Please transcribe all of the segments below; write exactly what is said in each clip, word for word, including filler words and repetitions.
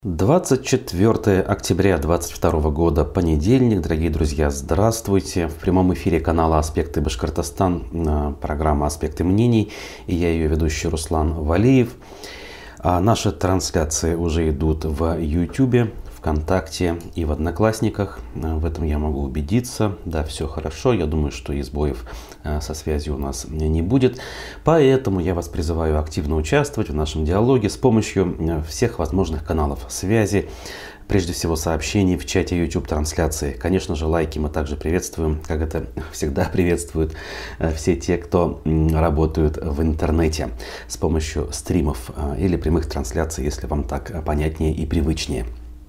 двадцать четвёртое октября две тысячи двадцать второго года, понедельник. Дорогие друзья, здравствуйте. В прямом эфире канала «Аспекты Башкортостан» программа «Аспекты мнений». И я ее ведущий Руслан Валиев. А наши трансляции уже идут в YouTube, ВКонтакте и в Одноклассниках. В этом я могу убедиться. Да, все хорошо. Я думаю, что и сбоев со связью у нас не будет. Поэтому я вас призываю активно участвовать в нашем диалоге с помощью всех возможных каналов связи. Прежде всего, сообщений в чате YouTube-трансляции. Конечно же, лайки мы также приветствуем, как это всегда приветствуют все те, кто работают в интернете с помощью стримов или прямых трансляций, если вам так понятнее и привычнее.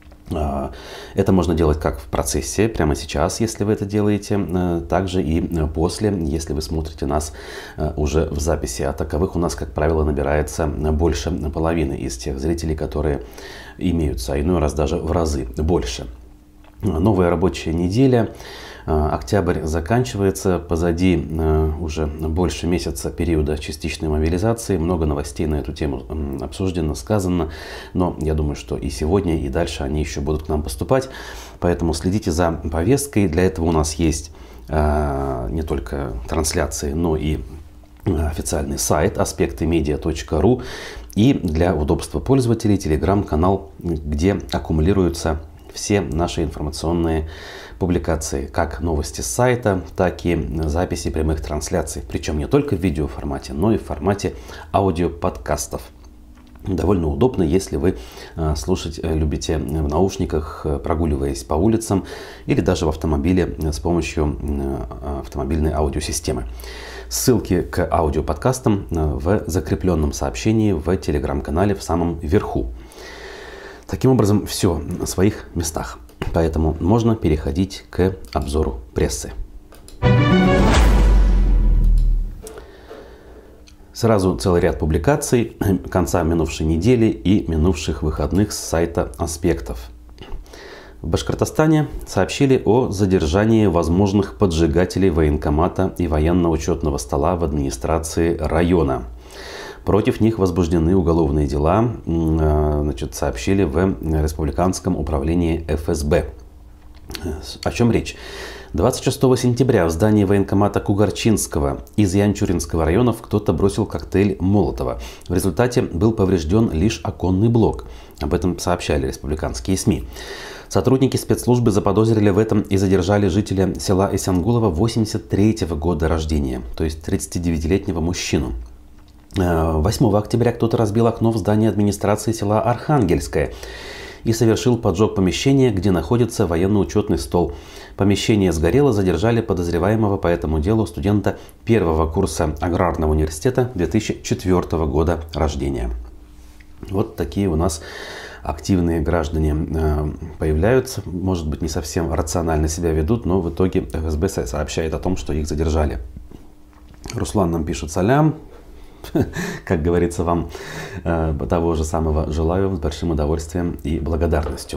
Это можно делать как в процессе, прямо сейчас, если вы это делаете, также и после, если вы смотрите нас уже в записи. А таковых у нас, как правило, набирается больше половины из тех зрителей, которые имеются, а иной раз даже в разы больше. Новая рабочая неделя. Октябрь заканчивается, позади уже больше месяца периода частичной мобилизации. Много новостей на эту тему обсуждено, сказано, но я думаю, что и сегодня, и дальше они еще будут к нам поступать. Поэтому следите за повесткой. Для этого у нас есть не только трансляции, но и официальный сайт аспекты медиа точка ру и для удобства пользователей телеграм-канал, где аккумулируются все наши информационные публикации, как новости с сайта, так и записи прямых трансляций. Причем не только в видеоформате, но и в формате аудиоподкастов. Довольно удобно, если вы слушать любите в наушниках, прогуливаясь по улицам или даже в автомобиле с помощью автомобильной аудиосистемы. Ссылки к аудиоподкастам в закрепленном сообщении в телеграм-канале в самом верху. Таким образом, все на своих местах. Поэтому можно переходить к обзору прессы. Сразу целый ряд публикаций конца минувшей недели и минувших выходных с сайта «Аспектов». В Башкортостане сообщили о задержании возможных поджигателей военкомата и военно-учетного стола в администрации района. Против них возбуждены уголовные дела, значит, сообщили в Республиканском управлении эф эс бэ. О чем речь? двадцать шестого сентября в здании военкомата Кугарчинского из Янчуринского районов кто-то бросил коктейль Молотова. В результате был поврежден лишь оконный блок. Об этом сообщали республиканские СМИ. Сотрудники спецслужбы заподозрили в этом и задержали жителя села Исянгулова восемьдесят третьего года рождения, то есть тридцатидевятилетнего мужчину. восьмого октября кто-то разбил окно в здании администрации села Архангельское и совершил поджог помещения, где находится военно-учетный стол. Помещение сгорело, задержали подозреваемого по этому делу студента первого курса Аграрного университета две тысячи четвёртого года рождения. Вот такие у нас активные граждане появляются. Может быть, не совсем рационально себя ведут, но в итоге эф эс бэ сообщает о том, что их задержали. Руслан нам пишет: салям. Как говорится, вам э, того же самого желаю с большим удовольствием и благодарностью.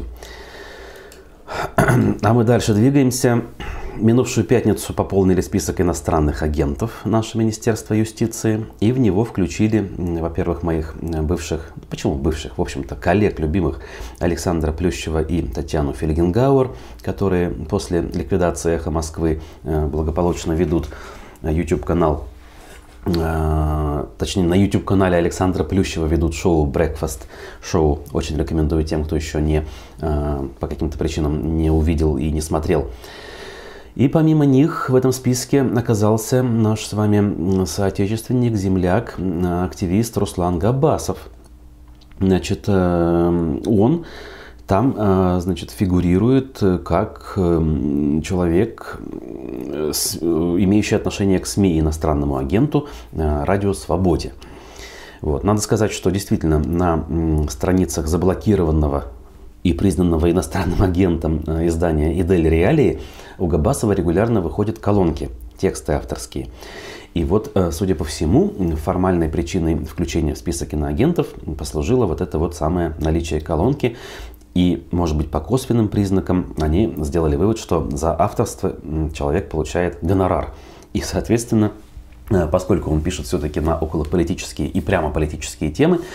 А мы дальше двигаемся. Минувшую пятницу пополнили список иностранных агентов наше Министерство юстиции. И в него включили, во-первых, моих бывших, почему бывших, в общем-то, коллег любимых Александра Плющева и Татьяну Фельгенгауэр, которые после ликвидации «Эхо Москвы» благополучно ведут YouTube-канал. Точнее, на YouTube-канале Александра Плющева ведут шоу «Breakfast Show». Очень рекомендую тем, кто еще не, по каким-то причинам не увидел и не смотрел. И помимо них в этом списке оказался наш с вами соотечественник, земляк, активист Руслан Габасов. Значит, он там, значит, фигурирует как человек, имеющий отношение к СМИ, иностранному агенту «Радио Свободе». Вот. Надо сказать, что действительно на страницах заблокированного и признанного иностранным агентом издания «Идель Реалии» у Габасова регулярно выходят колонки, тексты авторские. И вот, судя по всему, формальной причиной включения в список иноагентов послужило вот это вот самое наличие колонки. И, может быть, по косвенным признакам они сделали вывод, что за авторство человек получает гонорар. И, соответственно, поскольку он пишет все-таки на околополитические и прямо политические темы,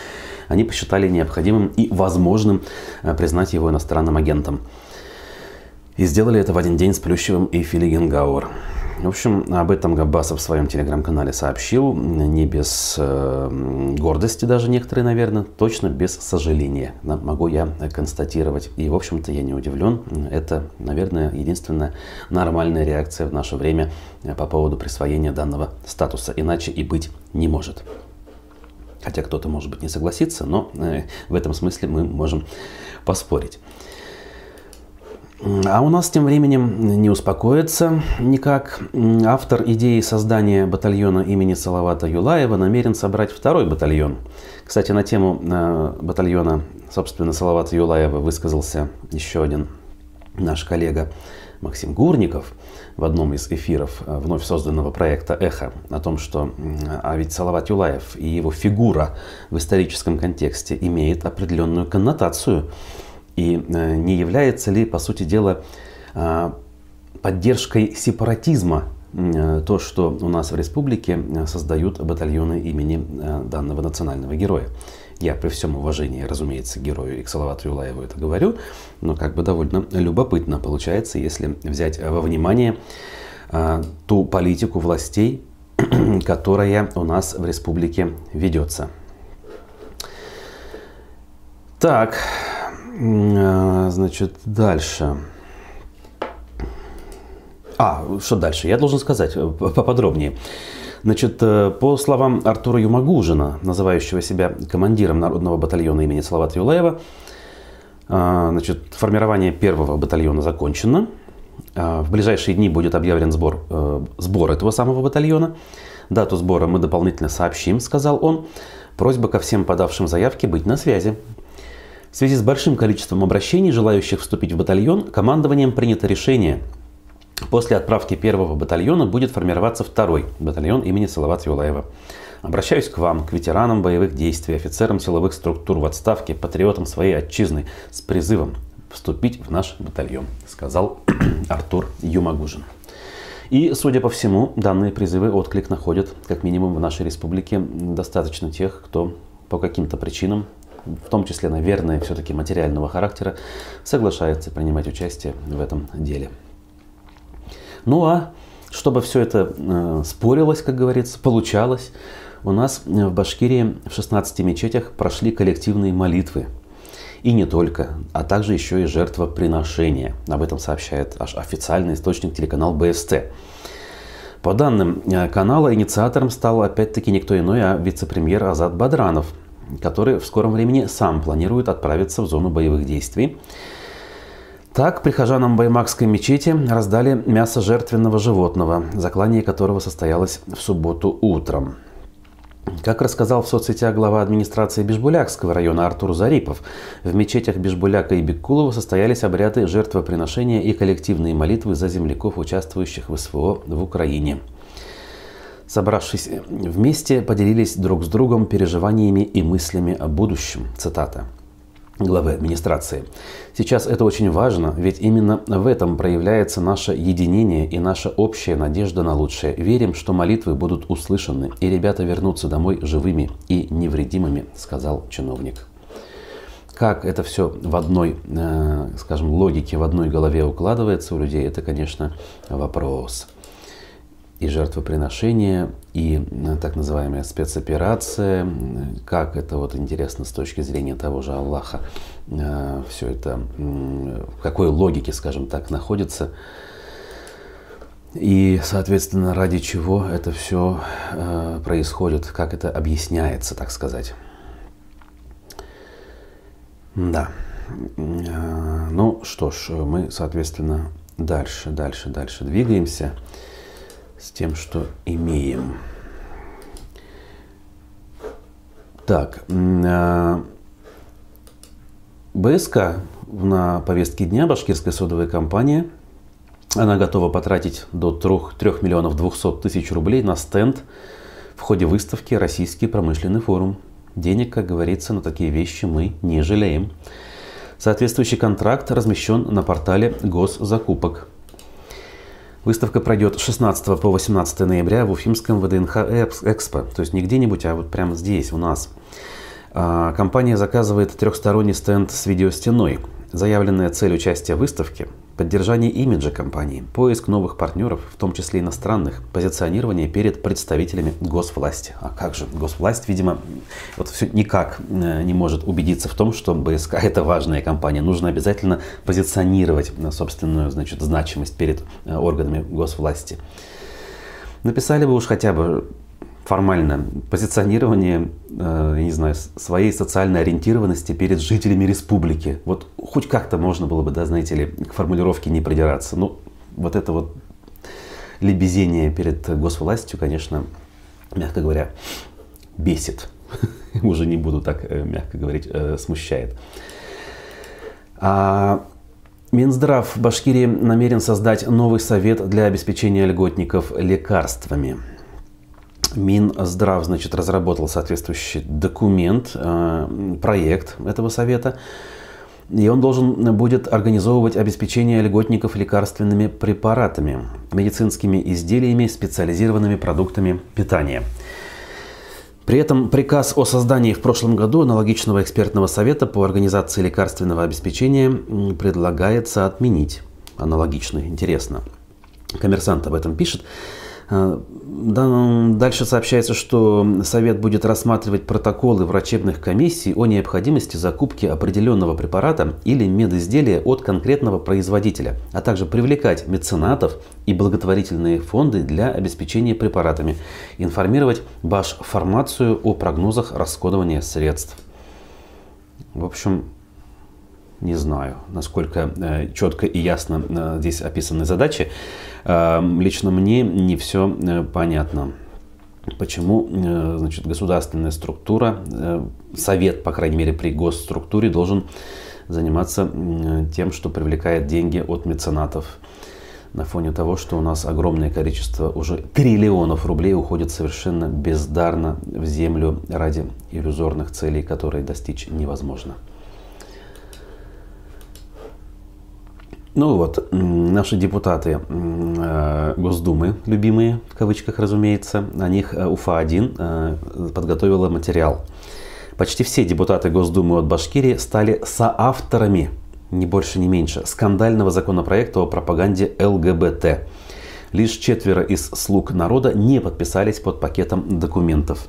они посчитали необходимым и возможным признать его иностранным агентом. И сделали это в один день с Плющевым и Филигенгауэр. В общем, об этом Габбасов в своем телеграм-канале сообщил, не без э, гордости даже некоторые, наверное, точно без сожаления, могу я констатировать. И, в общем-то, я не удивлен. Это, наверное, единственная нормальная реакция в наше время по поводу присвоения данного статуса. Иначе и быть не может. Хотя кто-то, может быть, не согласится, но э, в этом смысле мы можем поспорить. А у нас тем временем не успокоится никак. Автор идеи создания батальона имени Салавата Юлаева намерен собрать второй батальон. Кстати, на тему батальона, собственно, Салавата Юлаева высказался еще один наш коллега Максим Гурников в одном из эфиров вновь созданного проекта «Эхо» о том, что а ведь Салават Юлаев и его фигура в историческом контексте имеет определенную коннотацию. И не является ли, по сути дела, поддержкой сепаратизма то, что у нас в республике создают батальоны имени данного национального героя? Я при всем уважении, разумеется, герою и к Салавату Юлаеву это говорю, но как бы довольно любопытно получается, если взять во внимание ту политику властей, которая у нас в республике ведется. Так. Значит, дальше. А, что дальше? Я должен сказать поподробнее. Значит, по словам Артура Юмагужина, называющего себя командиром народного батальона имени Салавата Юлаева, значит, формирование первого батальона закончено. В ближайшие дни будет объявлен сбор, сбор этого самого батальона. Дату сбора мы дополнительно сообщим, сказал он. Просьба ко всем подавшим заявки быть на связи. В связи с большим количеством обращений, желающих вступить в батальон, командованием принято решение. После отправки первого батальона будет формироваться второй батальон имени Салавата Юлаева. Обращаюсь к вам, к ветеранам боевых действий, офицерам силовых структур в отставке, патриотам своей отчизны, с призывом вступить в наш батальон, сказал Артур Юмагужин. И, судя по всему, данные призывы отклик находят, как минимум в нашей республике, достаточно тех, кто по каким-то причинам, в том числе, наверное, все-таки материального характера, соглашается принимать участие в этом деле. Ну а чтобы все это э, спорилось, как говорится, получалось, у нас в Башкирии в шестнадцати мечетях прошли коллективные молитвы. И не только, а также еще и жертвоприношения. Об этом сообщает аж официальный источник телеканал Бэ Эс Тэ. По данным канала, инициатором стал опять-таки никто иной, а вице-премьер Азат Бадранов, который в скором времени сам планирует отправиться в зону боевых действий. Так, прихожанам Баймакской мечети раздали мясо жертвенного животного, заклание которого состоялось в субботу утром. Как рассказал в соцсетях глава администрации Бишбулякского района Артур Зарипов, в мечетях Бишбуляка и Беккулова состоялись обряды жертвоприношения и коллективные молитвы за земляков, участвующих в эс вэ о в Украине. Собравшись вместе, поделились друг с другом переживаниями и мыслями о будущем. Цитата главы администрации. «Сейчас это очень важно, ведь именно в этом проявляется наше единение и наша общая надежда на лучшее. Верим, что молитвы будут услышаны, и ребята вернутся домой живыми и невредимыми», сказал чиновник. Как это все в одной, скажем, логике, в одной голове укладывается у людей, это, конечно, вопрос. И жертвоприношение, и так называемая спецоперация, как это вот интересно с точки зрения того же Аллаха, все это, в какой логике, скажем так, находится, и, соответственно, ради чего это все происходит, как это объясняется, так сказать. Да. Ну что ж, мы, соответственно, дальше, дальше, дальше двигаемся с тем, что имеем. Так, Бэ Эс Ка на повестке дня, башкирская содовая компания. Она готова потратить до трёх миллионов двухсот тысяч рублей на стенд в ходе выставки «Российский промышленный форум». Денег, как говорится, на такие вещи мы не жалеем. Соответствующий контракт размещен на портале госзакупок. Выставка пройдет с шестнадцатого по восемнадцатое ноября в Уфимском вэ дэ эн ха Экспо. То есть не где-нибудь, а вот прямо здесь, у нас. Компания заказывает трехсторонний стенд с видеостеной. Заявленная цель участия в выставке – поддержание имиджа компании, поиск новых партнеров, в том числе иностранных, позиционирование перед представителями госвласти. А как же? Госвласть, видимо, вот все никак не может убедиться в том, что БСК – это важная компания. Нужно обязательно позиционировать собственную, значит, значимость перед органами госвласти. Написали бы уж хотя бы формально позиционирование, э, я не знаю, своей социальной ориентированности перед жителями республики. Вот хоть как-то можно было бы, да, знаете ли, к формулировке не придираться. Ну, вот это вот лебезение перед госвластью, конечно, мягко говоря, бесит. Уже не буду так, мягко говорить, смущает. А Минздрав Башкирии намерен создать новый совет для обеспечения льготников лекарствами. Минздрав, значит, разработал соответствующий документ, э, проект этого совета, и он должен будет организовывать обеспечение льготников лекарственными препаратами, медицинскими изделиями, специализированными продуктами питания. При этом приказ о создании в прошлом году аналогичного экспертного совета по организации лекарственного обеспечения предлагается отменить. Аналогично, интересно. Коммерсант об этом пишет. Дальше сообщается, что Совет будет рассматривать протоколы врачебных комиссий о необходимости закупки определенного препарата или медизделия от конкретного производителя, а также привлекать меценатов и благотворительные фонды для обеспечения препаратами, информировать Башфармацию о прогнозах расходования средств. В общем, не знаю, насколько э, четко и ясно э, здесь описаны задачи. Э, лично мне не все э, понятно. Почему э, значит, государственная структура, э, совет, по крайней мере, при госструктуре должен заниматься э, тем, что привлекает деньги от меценатов. На фоне того, что у нас огромное количество, уже триллионов рублей уходит совершенно бездарно в землю ради иллюзорных целей, которые достичь невозможно. Ну вот, наши депутаты э, Госдумы, любимые, в кавычках, разумеется, о них Уфа один э, подготовила материал. Почти все депутаты Госдумы от Башкирии стали соавторами, ни больше, ни меньше, скандального законопроекта о пропаганде ЛГБТ. Лишь четверо из слуг народа не подписались под пакетом документов.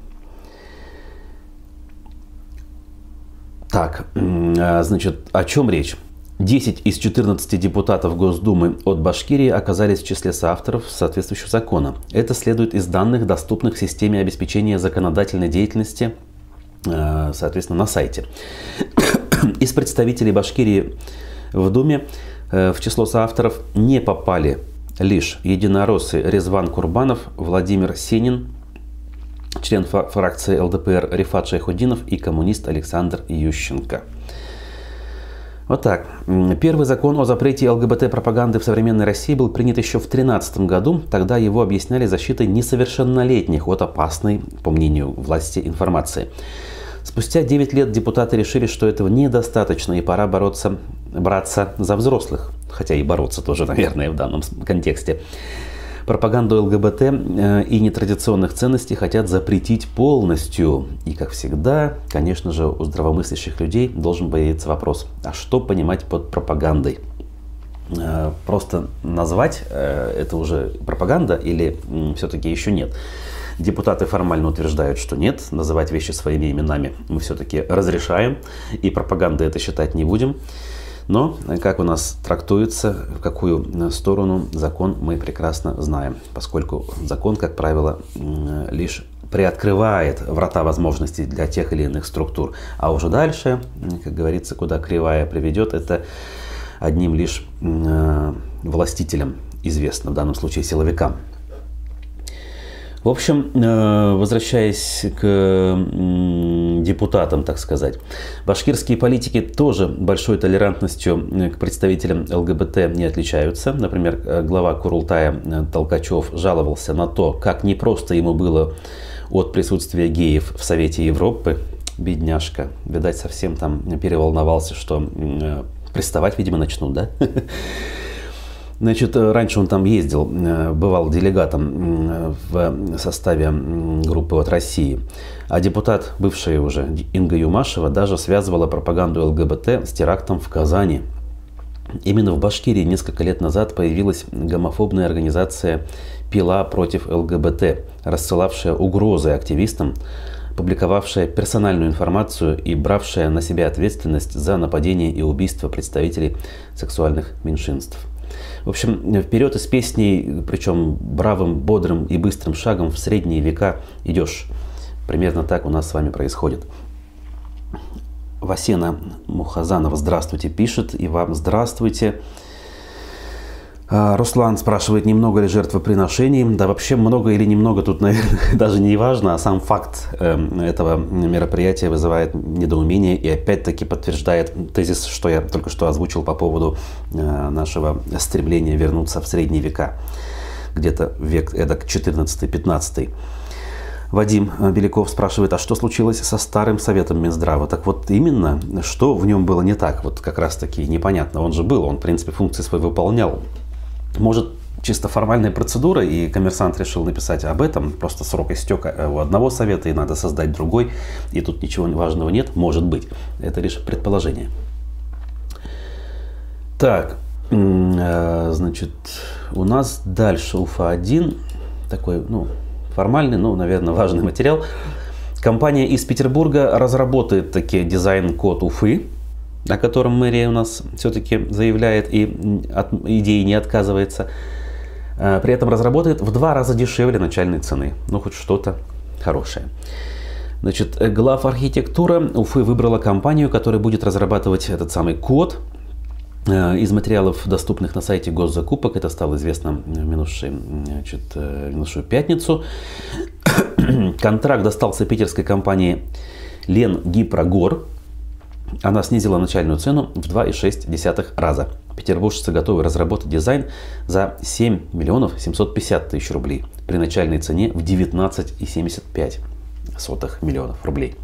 Так, э, значит, о чем речь? десять из четырнадцати депутатов Госдумы от Башкирии оказались в числе соавторов соответствующего закона. Это следует из данных, доступных в системе обеспечения законодательной деятельности, соответственно, на сайте. Из представителей Башкирии в Думе в число соавторов не попали лишь единороссы Резван Курбанов, Владимир Сенин, член фракции ЛДПР Рифат Шайхутдинов и коммунист Александр Ющенко. Вот так. Первый закон о запрете ЛГБТ-пропаганды в современной России был принят еще в две тысячи тринадцатом году. Тогда его объясняли защитой несовершеннолетних от опасной, по мнению власти, информации. Спустя девять лет депутаты решили, что этого недостаточно и пора бороться, браться за взрослых. Хотя и бороться тоже, наверное, в данном контексте. Пропаганду ЛГБТ и нетрадиционных ценностей хотят запретить полностью. И, как всегда, конечно же, у здравомыслящих людей должен появиться вопрос, а что понимать под пропагандой? Просто назвать это уже пропаганда или все-таки еще нет? Депутаты формально утверждают, что нет, называть вещи своими именами мы все-таки разрешаем, и пропагандой это считать не будем. Но как у нас трактуется, в какую сторону закон, мы прекрасно знаем, поскольку закон, как правило, лишь приоткрывает врата возможностей для тех или иных структур. А уже дальше, как говорится, куда кривая приведет, это одним лишь властителям известно, в данном случае силовикам. В общем, возвращаясь к депутатам, так сказать, башкирские политики тоже большой толерантностью к представителям ЛГБТ не отличаются. Например, глава Курултая Толкачев жаловался на то, как непросто ему было от присутствия геев в Совете Европы. Бедняжка, видать, совсем там переволновался, что приставать, видимо, начнут, да? Значит, раньше он там ездил, бывал делегатом в составе группы от России. А депутат, бывшая уже Инга Юмашева, даже связывала пропаганду ЛГБТ с терактом в Казани. Именно в Башкирии несколько лет назад появилась гомофобная организация «Пила против ЛГБТ», рассылавшая угрозы активистам, публиковавшая персональную информацию и бравшая на себя ответственность за нападение и убийство представителей сексуальных меньшинств. В общем, вперед из песней, причем бравым, бодрым и быстрым шагом в средние века идешь. Примерно так у нас с вами происходит. Васена Мухазанова, здравствуйте, пишет, и вам здравствуйте. Руслан спрашивает, немного ли жертвоприношений. Да вообще много или немного тут, наверное, даже не важно, а сам факт этого мероприятия вызывает недоумение и опять-таки подтверждает тезис, что я только что озвучил по поводу нашего стремления вернуться в средние века, где-то век эдак четырнадцатый-пятнадцатый. Вадим Беляков спрашивает, а что случилось со старым советом Минздрава? Так вот именно, что в нем было не так, вот как раз таки непонятно. Он же был, он в принципе функции свои выполнял. Может, чисто формальная процедура, и коммерсант решил написать об этом, просто срок истек у одного совета, и надо создать другой, и тут ничего важного нет, может быть. Это лишь предположение. Так, значит, у нас дальше Уфа один, такой, ну, формальный, ну, наверное, важный материал. Компания из Петербурга разработает таки дизайн-код Уфы, о котором мэрия у нас все-таки заявляет и от идеи не отказывается. При этом разработает в два раза дешевле начальной цены. Ну, хоть что-то хорошее. Значит, главархитектура Уфы выбрала компанию, которая будет разрабатывать этот самый код. Из материалов, доступных на сайте госзакупок, это стало известно в минувшую, значит, в минувшую пятницу. Контракт достался питерской компании Ленгипрогор. Она снизила начальную цену в два и шесть десятых раза. Петербуржцы готовы разработать дизайн за семь миллионов семьсот пятьдесят тысяч рублей при начальной цене в девятнадцать и семьдесят пять сотых миллионов рублей.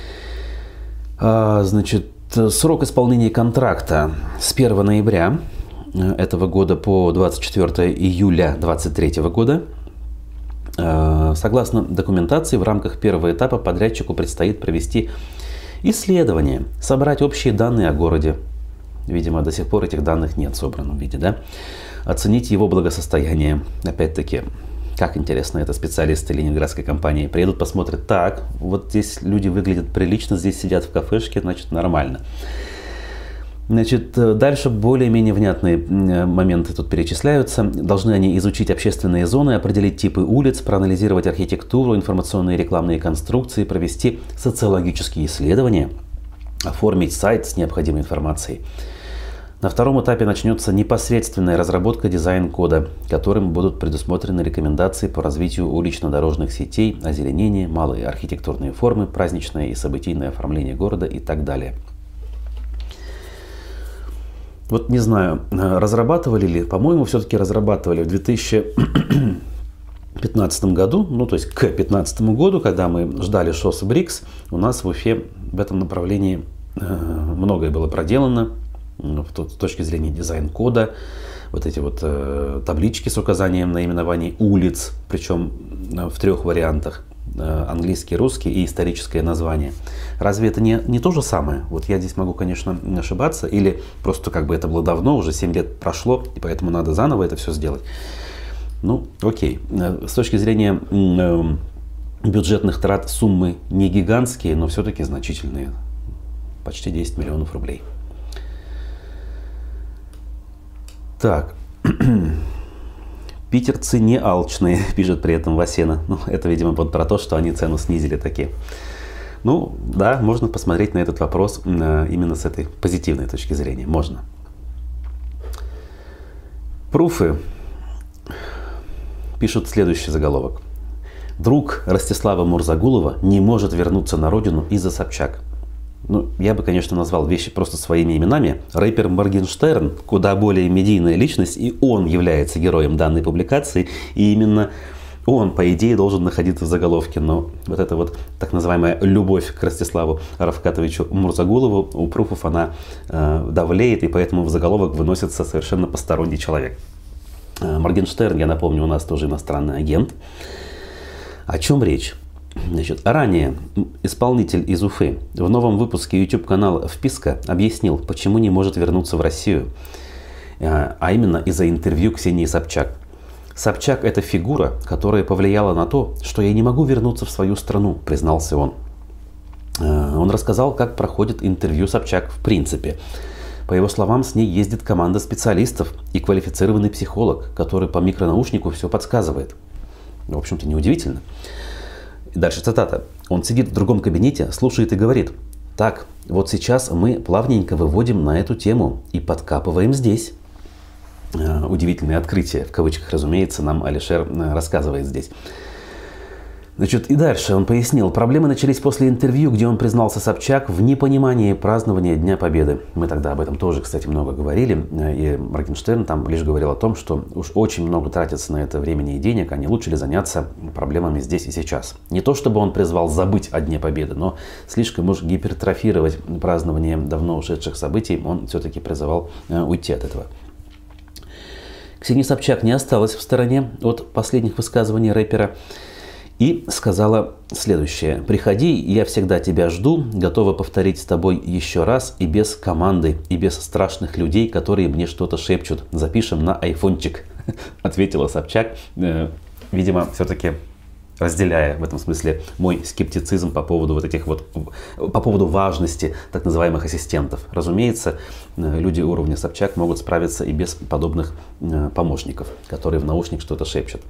А, значит, срок исполнения контракта с первого ноября этого года по двадцать четвёртое июля две тысячи двадцать третьего года. Согласно документации, в рамках первого этапа подрядчику предстоит провести исследование, собрать общие данные о городе. Видимо, до сих пор этих данных нет в собранном виде, да? Оценить его благосостояние. Опять-таки, как интересно, это специалисты ленинградской компании приедут, посмотрят, так, вот здесь люди выглядят прилично, здесь сидят в кафешке, значит, нормально. Значит, дальше более-менее внятные моменты тут перечисляются. Должны они изучить общественные зоны, определить типы улиц, проанализировать архитектуру, информационные и рекламные конструкции, провести социологические исследования, оформить сайт с необходимой информацией. На втором этапе начнется непосредственная разработка дизайн-кода, которым будут предусмотрены рекомендации по развитию улично-дорожных сетей, озеленение, малые архитектурные формы, праздничное и событийное оформление города и так далее. Вот не знаю, разрабатывали ли, по-моему, все-таки разрабатывали в две тысячи пятнадцатом году, ну то есть к две тысячи пятнадцатому году, когда мы ждали ШОС БРИКС, у нас в Уфе в этом направлении многое было проделано с точки зрения дизайн-кода, вот эти вот таблички с указанием наименований улиц, причем в трех вариантах. Английский, русский и историческое название. Разве это не, не то же самое? Вот я здесь могу, конечно, ошибаться, или просто как бы это было давно, уже семь лет прошло, и поэтому надо заново это все сделать. Ну, окей. С точки зрения э, бюджетных трат суммы не гигантские, но все-таки значительные. Почти десять миллионов рублей. Так. Питерцы не алчные, пишет при этом Васена. Ну, это, видимо, вот про то, что они цену снизили таки. Ну, да, можно посмотреть на этот вопрос именно с этой позитивной точки зрения. Можно. Пруфы пишут следующий заголовок. Друг Ростислава Мурзагулова не может вернуться на родину из-за Собчак. Ну, я бы, конечно, назвал вещи просто своими именами. Рэпер Моргенштерн куда более медийная личность, и он является героем данной публикации. И именно он, по идее, должен находиться в заголовке. Но вот эта вот так называемая любовь к Ростиславу Рафкатовичу Мурзагулову у пруфов она э, давлеет, и поэтому в заголовок выносится совершенно посторонний человек. Моргенштерн, я напомню, у нас тоже иностранный агент. О чем речь? Значит, ранее исполнитель из Уфы в новом выпуске YouTube-канала «Вписка» объяснил, почему не может вернуться в Россию, а именно из-за интервью Ксении Собчак. «Собчак – это фигура, которая повлияла на то, что я не могу вернуться в свою страну», – признался он. Он рассказал, как проходит интервью Собчак в принципе. По его словам, с ней ездит команда специалистов и квалифицированный психолог, который по микронаушнику все подсказывает. В общем-то, неудивительно. Дальше цитата. «Он сидит в другом кабинете, слушает и говорит: так, вот сейчас мы плавненько выводим на эту тему и подкапываем здесь». Удивительное открытие, в кавычках, разумеется, нам Алишер рассказывает здесь. Значит, и дальше он пояснил, проблемы начались после интервью, где он признался Собчак в непонимании празднования Дня Победы. Мы тогда об этом тоже, кстати, много говорили. И Моргенштерн там лишь говорил о том, что уж очень много тратится на это времени и денег, а не лучше ли заняться проблемами здесь и сейчас. Не то чтобы он призвал забыть о Дне Победы, но слишком уж гипертрофировать празднование давно ушедших событий, он все-таки призывал уйти от этого. Ксения Собчак не осталась в стороне от последних высказываний рэпера и сказала следующее. «Приходи, я всегда тебя жду, готова повторить с тобой еще раз и без команды, и без страшных людей, которые мне что-то шепчут. Запишем на айфончик», – ответила Собчак, видимо, все-таки разделяя в этом смысле мой скептицизм по поводу вот этих вот, по поводу важности так называемых ассистентов. Разумеется, люди уровня Собчак могут справиться и без подобных помощников, которые в наушник что-то шепчут.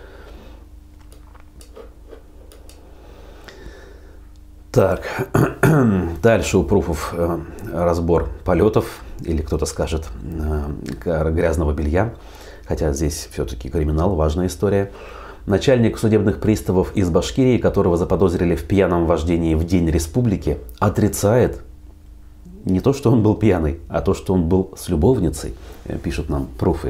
Так, дальше у пруфов разбор полетов, или кто-то скажет грязного белья, хотя здесь все-таки криминал, важная история. Начальник судебных приставов из Башкирии, которого заподозрили в пьяном вождении в День Республики, отрицает не то, что он был пьяный, а то, что он был с любовницей, пишут нам пруфы.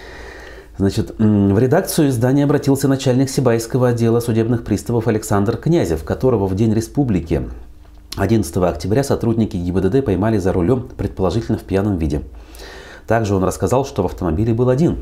Значит, в редакцию издания обратился начальник Сибайского отдела судебных приставов Александр Князев, которого в День Республики одиннадцатого октября сотрудники ГИБДД поймали за рулем, предположительно в пьяном виде. Также он рассказал, что в автомобиле был один.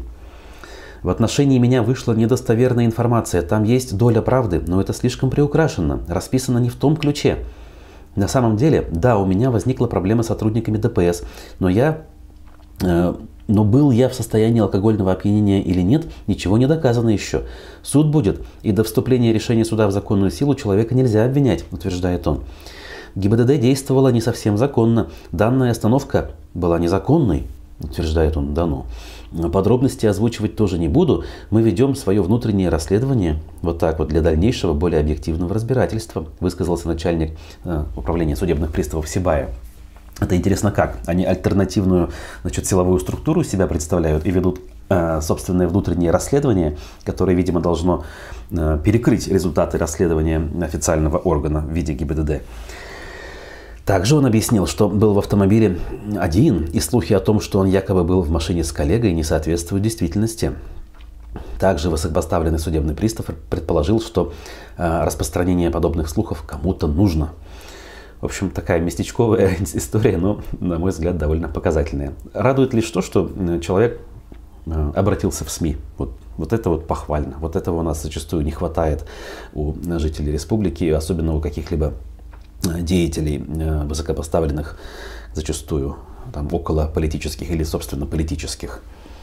В отношении меня вышла недостоверная информация. Там есть доля правды, но это слишком приукрашено, расписано не в том ключе. На самом деле, да, у меня возникла проблема с сотрудниками ДПС, но я... Э, Но был я в состоянии алкогольного опьянения или нет, ничего не доказано еще. Суд будет, и до вступления решения суда в законную силу человека нельзя обвинять, утверждает он. ГИБДД действовала не совсем законно. Данная остановка была незаконной, утверждает он, да ну. Подробности озвучивать тоже не буду. Мы ведем свое внутреннее расследование вот так вот для дальнейшего, более объективного разбирательства, высказался начальник э, управления судебных приставов Сибая. Это интересно как? Они альтернативную, значит, силовую структуру себя представляют и ведут э, собственное внутреннее расследование, которое, видимо, должно э, перекрыть результаты расследования официального органа в виде ГИБДД. Также он объяснил, что был в автомобиле один, и слухи о том, что он якобы был в машине с коллегой, не соответствуют действительности. Также высокопоставленный судебный пристав предположил, что э, распространение подобных слухов кому-то нужно. В общем, такая местечковая история, но, на мой взгляд, довольно показательная. Радует лишь то, что человек обратился в СМИ. Вот, вот это вот похвально. Вот этого у нас зачастую не хватает у жителей республики, особенно у каких-либо деятелей высокопоставленных, зачастую там, около политических или, собственно, политических.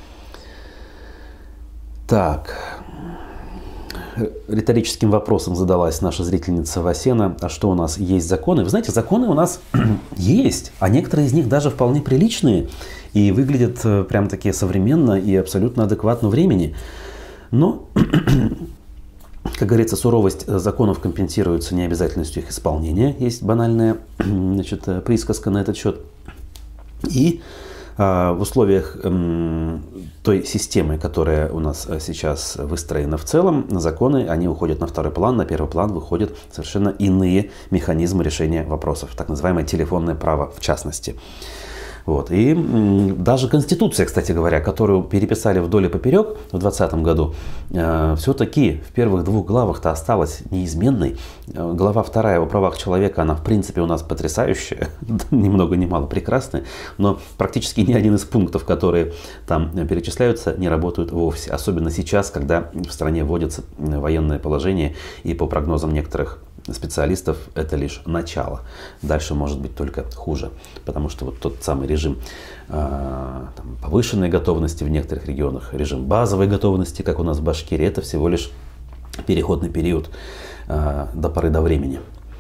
Так... Риторическим вопросом задалась наша зрительница Васена, а что у нас есть законы? Вы знаете, законы у нас есть, а некоторые из них даже вполне приличные и выглядят прям такие современно и абсолютно адекватно времени. Но, как говорится, суровость законов компенсируется необязательностью их исполнения. Есть банальная, значит, присказка на этот счет. И в условиях той системы, которая у нас сейчас выстроена в целом, законы, они уходят на второй план, на первый план выходят совершенно иные механизмы решения вопросов, так называемое телефонное право в частности. Вот. И даже Конституция, кстати говоря, которую переписали вдоль и поперек в двадцатом году, э, все-таки в первых двух главах-то осталась неизменной. Глава вторая о правах человека, она в принципе у нас потрясающая, ни много ни мало прекрасная, но практически ни один из пунктов, которые там перечисляются, не работают вовсе. Особенно сейчас, когда в стране вводится военное положение, и по прогнозам некоторых специалистов это лишь начало. Дальше может быть только хуже, потому что вот тот самый режим э, там, повышенной готовности в некоторых регионах, режим базовой готовности, как у нас в Башкирии, это всего лишь переходный период э, до поры до времени.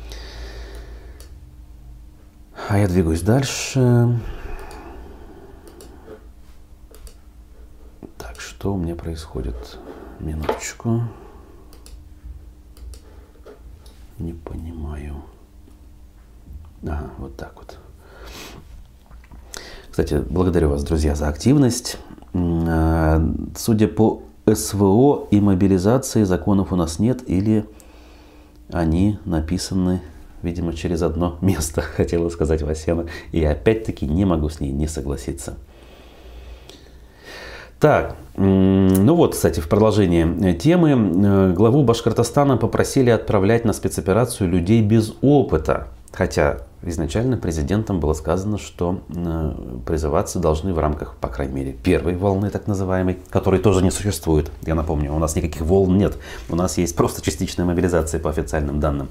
А я двигаюсь дальше. Так, что у меня происходит? Минуточку. Не понимаю. Ага, вот так вот. Кстати, благодарю вас, друзья, за активность. Судя по СВО и мобилизации, законов у нас нет, или они написаны, видимо, через одно место, хотела сказать Васена. И опять-таки не могу с ней не согласиться. Так, ну вот, кстати, в продолжение темы, главу Башкортостана попросили отправлять на спецоперацию людей без опыта. Хотя изначально президентом было сказано, что призываться должны в рамках, по крайней мере, первой волны, так называемой, которой тоже не существует. Я напомню, у нас никаких волн нет. У нас есть просто частичная мобилизация по официальным данным.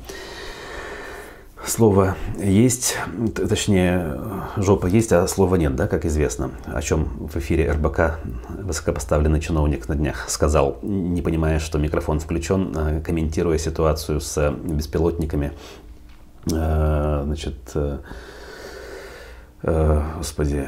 Слово есть, точнее, жопа есть, а слова нет, да, как известно. О чем в эфире эр бэ ка высокопоставленный чиновник на днях сказал, не понимая, что микрофон включен, комментируя ситуацию с беспилотниками. Значит, господи,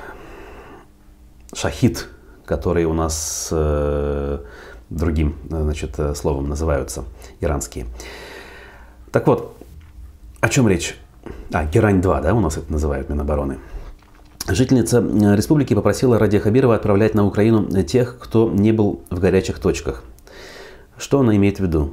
шахид, которые у нас другим, значит, словом называются, иранские. Так вот, о чем речь? А, Герань-два, да, у нас это называют Минобороны. Жительница республики попросила Радия Хабирова отправлять на Украину тех, кто не был в горячих точках. Что она имеет в виду?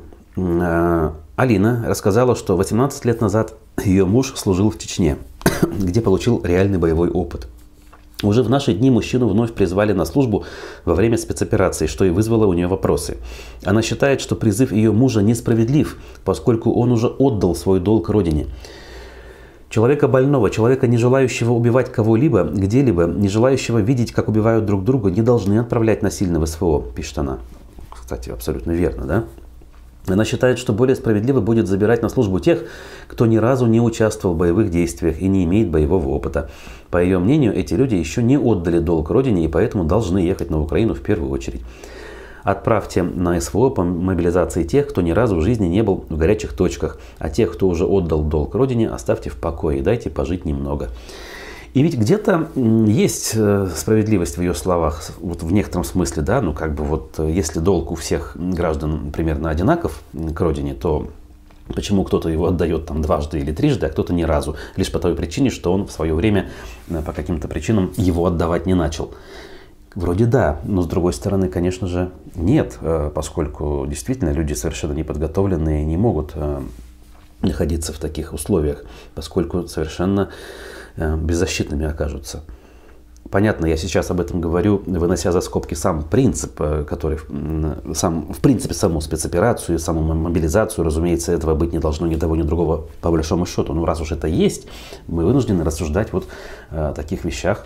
Алина рассказала, что восемнадцать лет назад ее муж служил в Чечне, где получил реальный боевой опыт. Уже в наши дни мужчину вновь призвали на службу во время спецоперации, что и вызвало у нее вопросы. Она считает, что призыв ее мужа несправедлив, поскольку он уже отдал свой долг родине. Человека больного, человека, не желающего убивать кого-либо, где-либо, не желающего видеть, как убивают друг друга, не должны отправлять насильно в СВО, пишет она. Кстати, абсолютно верно, да? Она считает, что более справедливо будет забирать на службу тех, кто ни разу не участвовал в боевых действиях и не имеет боевого опыта. По ее мнению, эти люди еще не отдали долг родине и поэтому должны ехать на Украину в первую очередь. Отправьте на СВО по мобилизации тех, кто ни разу в жизни не был в горячих точках, а тех, кто уже отдал долг родине, оставьте в покое и дайте пожить немного. И ведь где-то есть справедливость в ее словах, вот в некотором смысле, да, ну как бы вот если долг у всех граждан примерно одинаков к родине, то почему кто-то его отдает там дважды или трижды, а кто-то ни разу, лишь по той причине, что он в свое время по каким-то причинам его отдавать не начал. Вроде да, но с другой стороны, конечно же, нет, поскольку действительно люди совершенно неподготовленные не могут находиться в таких условиях, поскольку совершенно беззащитными окажутся. Понятно, я сейчас об этом говорю, вынося за скобки сам принцип, который, сам, в принципе, саму спецоперацию, саму мобилизацию, разумеется, этого быть не должно ни того, ни другого по большому счету. Но раз уж это есть, мы вынуждены рассуждать вот о таких вещах,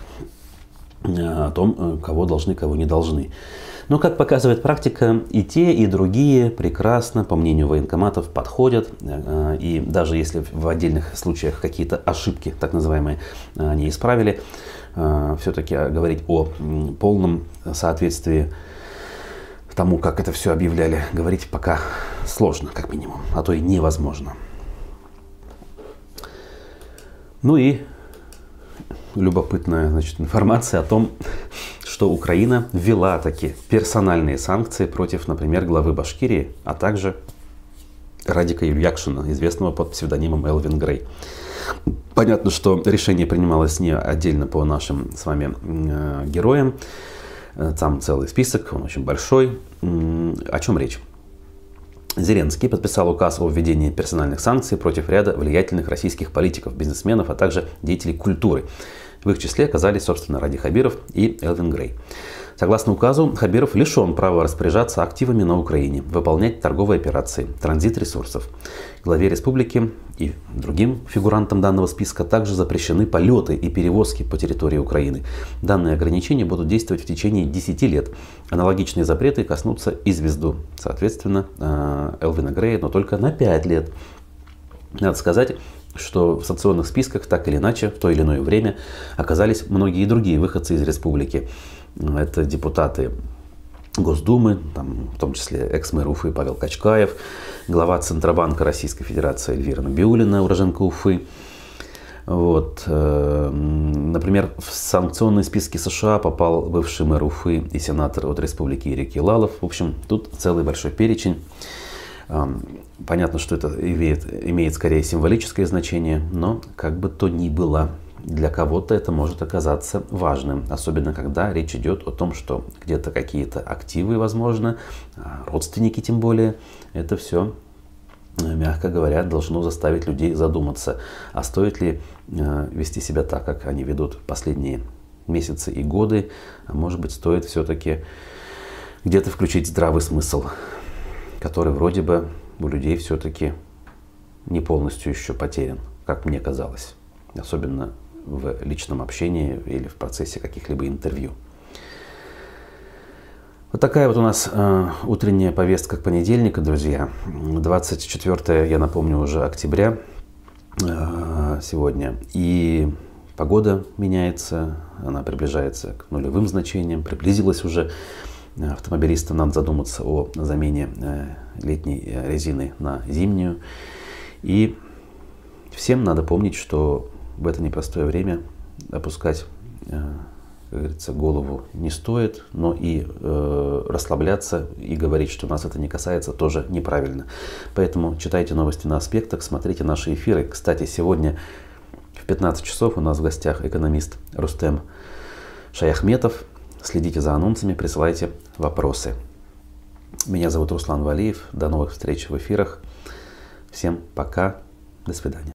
о том, кого должны, кого не должны. Но, как показывает практика, и те, и другие прекрасно, по мнению военкоматов, подходят. И даже если в отдельных случаях какие-то ошибки, так называемые, они исправили, все-таки говорить о полном соответствии тому, как это все объявляли, говорить пока сложно, как минимум, а то и невозможно. Ну и любопытная, значит, информация о том, что Украина ввела такие персональные санкции против, например, главы Башкирии, а также Радика Юльякшина, известного под псевдонимом Элвин Грей. Понятно, что решение принималось не отдельно по нашим с вами э, героям. Там целый список, он очень большой. О чем речь? Зеленский подписал указ о введении персональных санкций против ряда влиятельных российских политиков, бизнесменов, а также деятелей культуры. В их числе оказались, собственно, Ради Хабиров и Элвин Грей. Согласно указу, Хабиров лишен права распоряжаться активами на Украине, выполнять торговые операции, транзит ресурсов. Главе республики и другим фигурантам данного списка также запрещены полеты и перевозки по территории Украины. Данные ограничения будут действовать в течение десяти лет. Аналогичные запреты коснутся и звезду, соответственно, Элвина Грея, но только на пять лет. Надо сказать, что в санкционных списках так или иначе в то или иное время оказались многие другие выходцы из республики. Это депутаты Госдумы, там, в том числе экс-мэр Уфы Павел Качкаев, глава Центробанка Российской Федерации Эльвира Набиуллина, уроженка Уфы. Вот. Например, в санкционные списки США попал бывший мэр Уфы и сенатор от республики Ирик Елалов. В общем, тут целый большой перечень. Понятно, что это имеет, имеет скорее символическое значение, но как бы то ни было, для кого-то это может оказаться важным, особенно когда речь идет о том, что где-то какие-то активы, возможно, родственники тем более, это все, мягко говоря, должно заставить людей задуматься, а стоит ли вести себя так, как они ведут последние месяцы и годы, а может быть, стоит все-таки где-то включить здравый смысл, который вроде бы у людей все-таки не полностью еще потерян, как мне казалось, особенно в личном общении или в процессе каких-либо интервью. Вот такая вот у нас э, утренняя повестка к понедельнику, друзья. двадцать четвёртое, я напомню, уже октября э, сегодня. И погода меняется, она приближается к нулевым значениям, приблизилась уже. Автомобилистам надо задуматься о замене э, летней резины на зимнюю. И всем надо помнить, что в это непростое время опускать, э, как говорится, голову не стоит, но и э, расслабляться и говорить, что нас это не касается, тоже неправильно. Поэтому читайте новости на Аспектах, смотрите наши эфиры. Кстати, сегодня в пятнадцать часов у нас в гостях экономист Рустем Шаяхметов. Следите за анонсами, присылайте вопросы. Меня зовут Руслан Валиев. До новых встреч в эфирах. Всем пока. До свидания.